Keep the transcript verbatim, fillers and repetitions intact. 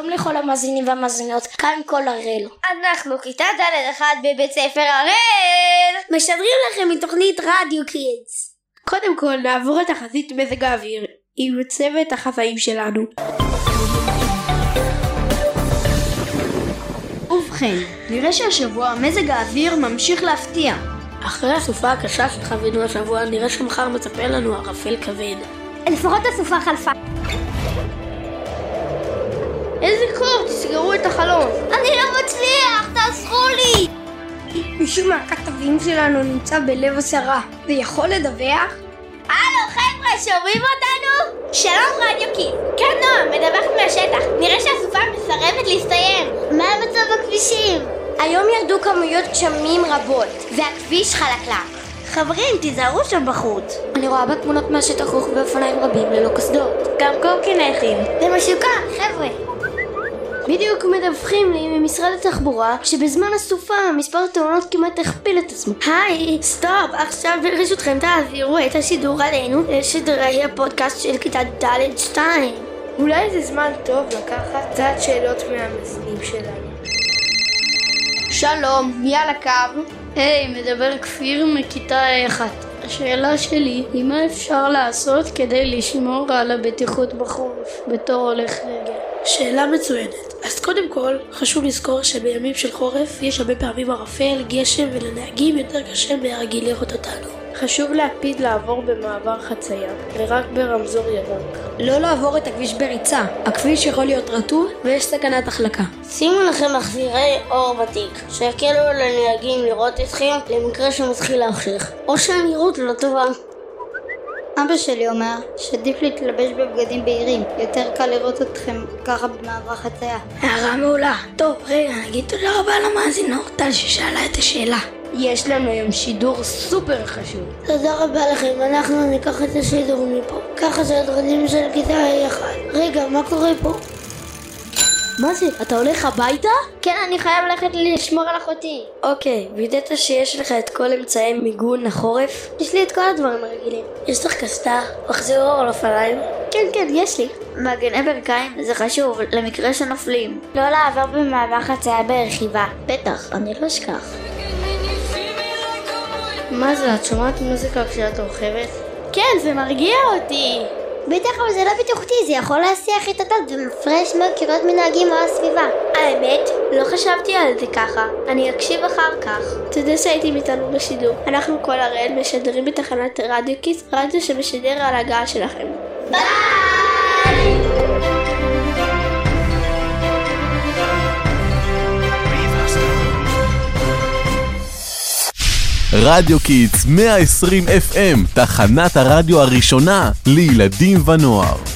שלום לכל המאזינים והמאזינות, כאן כל הראל. אנחנו כיתה ד' אחת בבית ספר הראל. משדרים לכם מתוכנית רדיו קידס. קודם כל נעבור את תחזית מזג האוויר עם צוות החזאים שלנו. ובכן, נראה שהשבוע מזג האוויר ממשיך להפתיע. אחרי הסופה הקשה שחווינו השבוע, נראה שמחר מצפה לנו ערפל כבד. לפחות הסופה חלפה. איזה קור, תסגרו את החלון. אני לא מצליח, תעזרו לי. מישהו מהכתבים שלנו נמצא בלב הסערה ויכול לדווח? הלו חבר'ה, שומעים אותנו? שלום רדיו קידס, כאן נועם, מדווחת מהשטח. נראה שהסופה מסרבת להסתיים. מה המצב בכבישים? היום ירדו כמויות גשמים רבות והכביש חלקלק. חברים, תיזהרו שם בחוץ. אני רואה בתמונות מהשטח רוכבי אופניים רבים ללא קסדות. גם קורקינטים. זה משוקע, חבר'ה. בדיוק מדווחים לי ממשרד התחבורה שבזמן הסופה מספר התאונות כמעט הכפיל את עצמו. היי, סטופ, עכשיו ברשותכם תעבירו את השידור עלינו לשדרי הפודקאסט של כיתה ד' שתיים. אולי זה זמן טוב לקחת קצת שאלות מהמאזינים שלנו. שלום, מי על הקו? היי, מדבר כפיר מכיתה אחת. השאלה שלי היא מה אפשר לעשות כדי לשמור על הבטיחות בחורף בתור הולך רגל. שאלה מצוינת. אז קודם כל חשוב לזכור שבימים של חורף יש הרבה פעמים ערפל, גשם, ולנהגים יותר קשה מהרגיל לראות אותנו. חשוב להקפיד לעבור במעבר חצייה ורק ברמזור ירוק. לא לעבור את הכביש בריצה, הכביש יכול להיות רטוב ויש סכנת החלקה. שימו לכם מחזירי אור ותיק שיקלו לנהגים לראות אתכם למקרה שמתחיל להחשיך או שהנראות לא טובה. אבא שלי אומר שעדיף להתלבש בבגדים בהירים, יותר קל לראות אתכם ככה במעבר חצייה. הערה מעולה. טוב, רגע, נגיד תודה רבה למאזינות טל ששאלה את השאלה. יש לנו היום שידור סופר חשוב. תודה רבה לכם, אנחנו ניקח את השידור מפה. ככה שהדרנים של כיתה אחת. רגע, מה קורה פה? מה זה? אתה הולך הביתה? כן, אני חייב ללכת לשמור על אחותי. אוקיי, וידעת שיש לך את כל אמצעי מיגון החורף? יש לי את כל הדברים הרגילים. יש לך קסדה, מחזיר אור על אופניים? כן, כן, יש לי. מגני ברכיים זה חשוב למקרה שנופלים. לא לעבור במעבר חצייה ברכיבה. בטח, אני לא אשכח. מה זה, את שומעת מוזיקה כשאת רוכבת? כן, זה מרגיע אותי. בטח, אבל זה לא בטיחותי, זה יכול להסיח את הדעת ומפרש מהקירות מנהגים או הסביבה. האמת, לא חשבתי על זה ככה. אני אקשיב אחר כך. תודה שהייתם איתנו בשידור. אנחנו כל הראל משדרים בתחנת רדיו קידס, רדיו שמשדר על הגעה שלכם. ביי! רדיו קידס מאה ועשרים אף אם, תחנת הרדיו הראשונה לילדים ונוער.